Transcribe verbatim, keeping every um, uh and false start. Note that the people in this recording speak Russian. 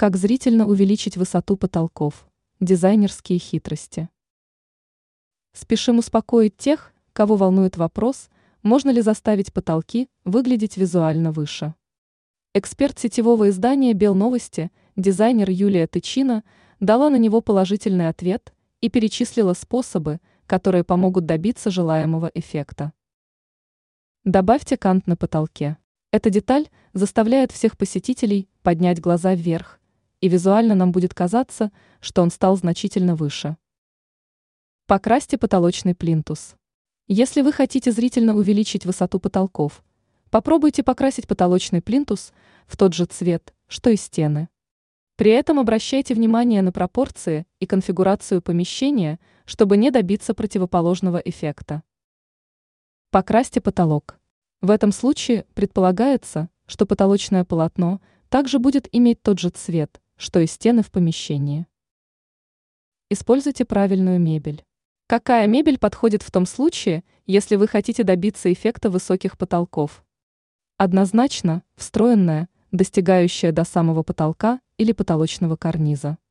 Как зрительно увеличить высоту потолков? Дизайнерские хитрости. Спешим успокоить тех, кого волнует вопрос, можно ли заставить потолки выглядеть визуально выше. Эксперт сетевого издания «Белновости», дизайнер Юлия Тычина, дала на него положительный ответ и перечислила способы, которые помогут добиться желаемого эффекта. Добавьте кант на потолке. Эта деталь заставляет всех посетителей поднять глаза вверх, и визуально нам будет казаться, что он стал значительно выше. Покрасьте потолочный плинтус. Если вы хотите зрительно увеличить высоту потолков, попробуйте покрасить потолочный плинтус в тот же цвет, что и стены. При этом обращайте внимание на пропорции и конфигурацию помещения, чтобы не добиться противоположного эффекта. Покрасьте потолок. В этом случае предполагается, что потолочное полотно также будет иметь тот же цвет, что и стены в помещении. Используйте правильную мебель. Какая мебель подходит в том случае, если вы хотите добиться эффекта высоких потолков? Однозначно, встроенная, достигающая до самого потолка или потолочного карниза.